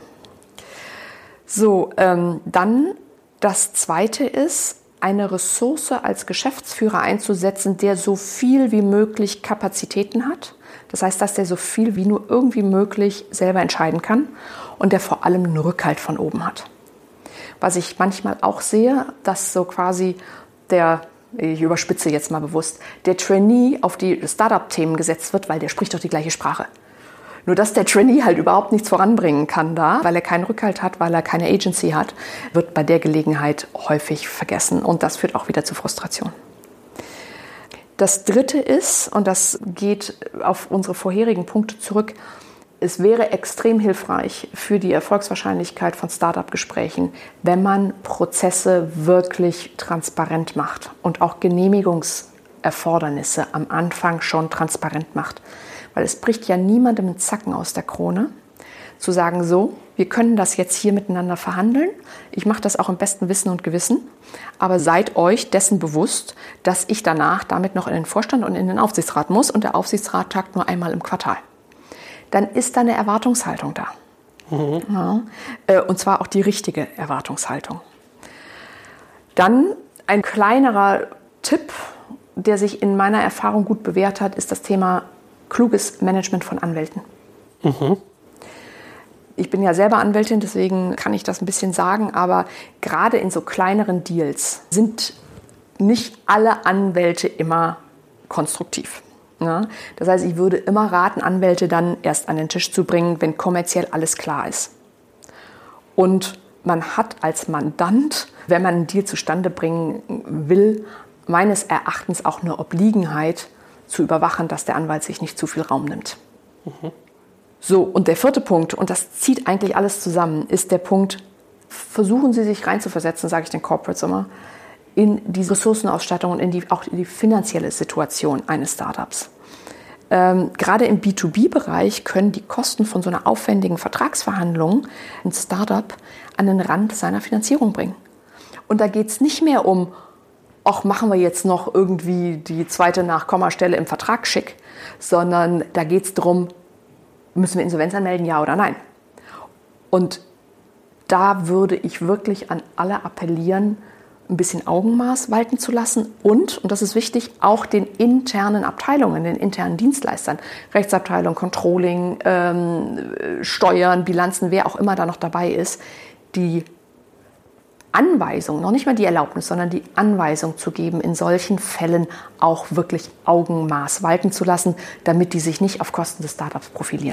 So, dann das Zweite ist, eine Ressource als Geschäftsführer einzusetzen, der so viel wie möglich Kapazitäten hat. Das heißt, dass der so viel wie nur irgendwie möglich selber entscheiden kann und der vor allem einen Rückhalt von oben hat. Was ich manchmal auch sehe, dass so quasi ich überspitze jetzt mal bewusst, der Trainee auf die Startup-Themen gesetzt wird, weil der spricht doch die gleiche Sprache. Nur dass der Trainee halt überhaupt nichts voranbringen kann da, weil er keinen Rückhalt hat, weil er keine Agency hat, wird bei der Gelegenheit häufig vergessen. Und das führt auch wieder zu Frustration. Das Dritte ist, und das geht auf unsere vorherigen Punkte zurück, es wäre extrem hilfreich für die Erfolgswahrscheinlichkeit von Startup-Gesprächen, wenn man Prozesse wirklich transparent macht und auch Genehmigungserfordernisse am Anfang schon transparent macht. Weil es bricht ja niemandem einen Zacken aus der Krone, zu sagen, so, wir können das jetzt hier miteinander verhandeln. Ich mache das auch im besten Wissen und Gewissen. Aber seid euch dessen bewusst, dass ich danach damit noch in den Vorstand und in den Aufsichtsrat muss und der Aufsichtsrat tagt nur einmal im Quartal. Dann ist da eine Erwartungshaltung da. Ja, und zwar auch die richtige Erwartungshaltung. Dann ein kleinerer Tipp, der sich in meiner Erfahrung gut bewährt hat, ist das Thema kluges Management von Anwälten. Ich bin ja selber Anwältin, deswegen kann ich das ein bisschen sagen, aber gerade in so kleineren Deals sind nicht alle Anwälte immer konstruktiv. Ja, das heißt, ich würde immer raten, Anwälte dann erst an den Tisch zu bringen, wenn kommerziell alles klar ist. Und man hat als Mandant, wenn man einen Deal zustande bringen will, meines Erachtens auch eine Obliegenheit zu überwachen, dass der Anwalt sich nicht zu viel Raum nimmt. So, und der vierte Punkt, und das zieht eigentlich alles zusammen, ist der Punkt, versuchen Sie sich reinzuversetzen, sage ich den Corporates immer, in die Ressourcenausstattung und auch in die finanzielle Situation eines Startups. Gerade im B2B-Bereich können die Kosten von so einer aufwendigen Vertragsverhandlung ein Startup an den Rand seiner Finanzierung bringen. Und da geht es nicht mehr um, ach, machen wir jetzt noch irgendwie die zweite Nachkommastelle im Vertrag schick, sondern da geht es darum, müssen wir Insolvenz anmelden, ja oder nein? Und da würde ich wirklich an alle appellieren, ein bisschen Augenmaß walten zu lassen und das ist wichtig, auch den internen Abteilungen, den internen Dienstleistern, Rechtsabteilung, Controlling, Steuern, Bilanzen, wer auch immer da noch dabei ist, die Anweisung, noch nicht mal die Erlaubnis, sondern die Anweisung zu geben, in solchen Fällen auch wirklich Augenmaß walten zu lassen, damit die sich nicht auf Kosten des Startups profilieren.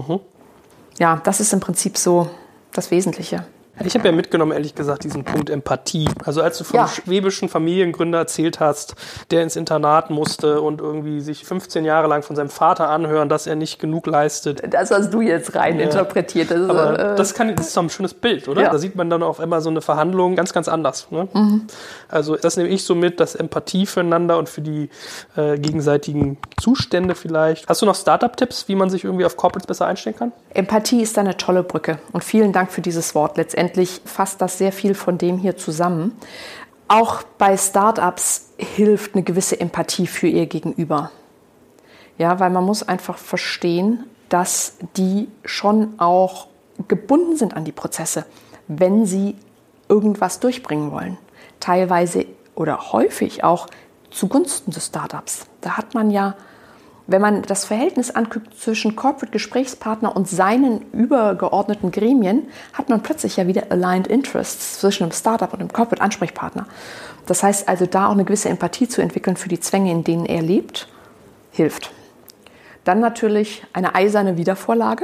Ja, das ist im Prinzip so das Wesentliche. Ich habe ja mitgenommen, ehrlich gesagt, diesen Punkt Empathie. Also als du vom schwäbischen Familiengründer erzählt hast, der ins Internat musste und irgendwie sich 15 Jahre lang von seinem Vater anhören, dass er nicht genug leistet. Das hast du jetzt rein interpretiert. Das ist, aber das ist doch ein schönes Bild, oder? Ja. Da sieht man dann auf einmal so eine Verhandlung ganz, ganz anders. Ne? Also das nehme ich so mit, dass Empathie füreinander und für die gegenseitigen Zustände vielleicht. Hast du noch Startup-Tipps, wie man sich irgendwie auf Corporates besser einstellen kann? Empathie ist da eine tolle Brücke. Und vielen Dank für dieses Wort. Letztendlich letztendlich fasst das sehr viel von dem hier zusammen. Auch bei Startups hilft eine gewisse Empathie für ihr Gegenüber. Ja, weil man muss einfach verstehen, dass die schon auch gebunden sind an die Prozesse, wenn sie irgendwas durchbringen wollen. Teilweise oder häufig auch zugunsten des Startups. Da hat man ja, wenn man das Verhältnis anguckt zwischen Corporate-Gesprächspartner und seinen übergeordneten Gremien, hat man plötzlich ja wieder Aligned Interests zwischen einem Startup und einem Corporate-Ansprechpartner. Das heißt also, da auch eine gewisse Empathie zu entwickeln für die Zwänge, in denen er lebt, hilft. Dann natürlich eine eiserne Wiedervorlage.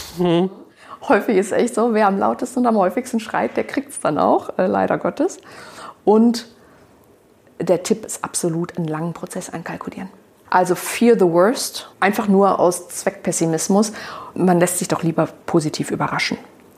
Häufig ist echt so, wer am lautesten und am häufigsten schreit, der kriegt es dann auch, leider Gottes. Und der Tipp ist absolut, einen langen Prozess einkalkulieren. Also fear the worst, einfach nur aus Zweckpessimismus. Man lässt sich doch lieber positiv überraschen.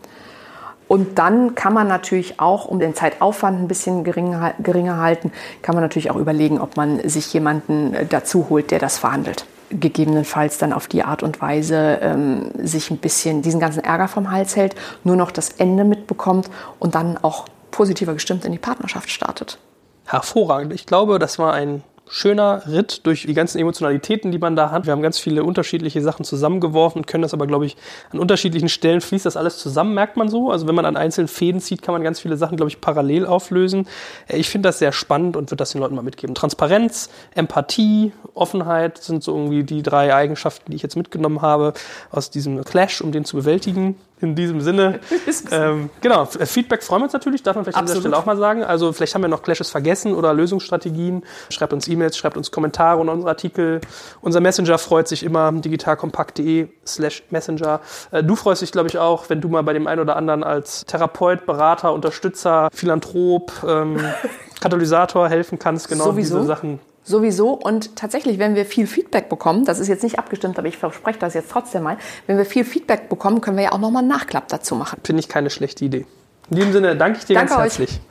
Und dann kann man natürlich auch, um den Zeitaufwand ein bisschen geringer halten, kann man natürlich auch überlegen, ob man sich jemanden dazu holt, der das verhandelt. Gegebenenfalls dann auf die Art und Weise sich ein bisschen diesen ganzen Ärger vom Hals hält, nur noch das Ende mitbekommt und dann auch positiver gestimmt in die Partnerschaft startet. Hervorragend. Ich glaube, das war ein schöner Ritt durch die ganzen Emotionalitäten, die man da hat. Wir haben ganz viele unterschiedliche Sachen zusammengeworfen, können das aber, glaube ich, an unterschiedlichen Stellen fließt das alles zusammen, merkt man so. Also wenn man an einzelnen Fäden zieht, kann man ganz viele Sachen, glaube ich, parallel auflösen. Ich finde das sehr spannend und würde das den Leuten mal mitgeben. Transparenz, Empathie, Offenheit sind so irgendwie die 3 Eigenschaften, die ich jetzt mitgenommen habe aus diesem Clash, um den zu bewältigen. In diesem Sinne, genau, Feedback freuen wir uns natürlich, darf man vielleicht an dieser Stelle auch mal sagen. Also vielleicht haben wir noch Clashes vergessen oder Lösungsstrategien. Schreibt uns E-Mails, schreibt uns Kommentare unter unsere Artikel. Unser Messenger freut sich immer, digitalkompakt.de/Messenger. Du freust dich, glaube ich, auch, wenn du mal bei dem einen oder anderen als Therapeut, Berater, Unterstützer, Philanthrop, Katalysator helfen kannst. Genau diese Sachen. Sowieso, und tatsächlich, wenn wir viel Feedback bekommen, das ist jetzt nicht abgestimmt, aber ich verspreche das jetzt trotzdem mal, wenn wir viel Feedback bekommen, können wir ja auch nochmal einen Nachklapp dazu machen. Finde ich keine schlechte Idee. In diesem Sinne danke ich dir ganz herzlich.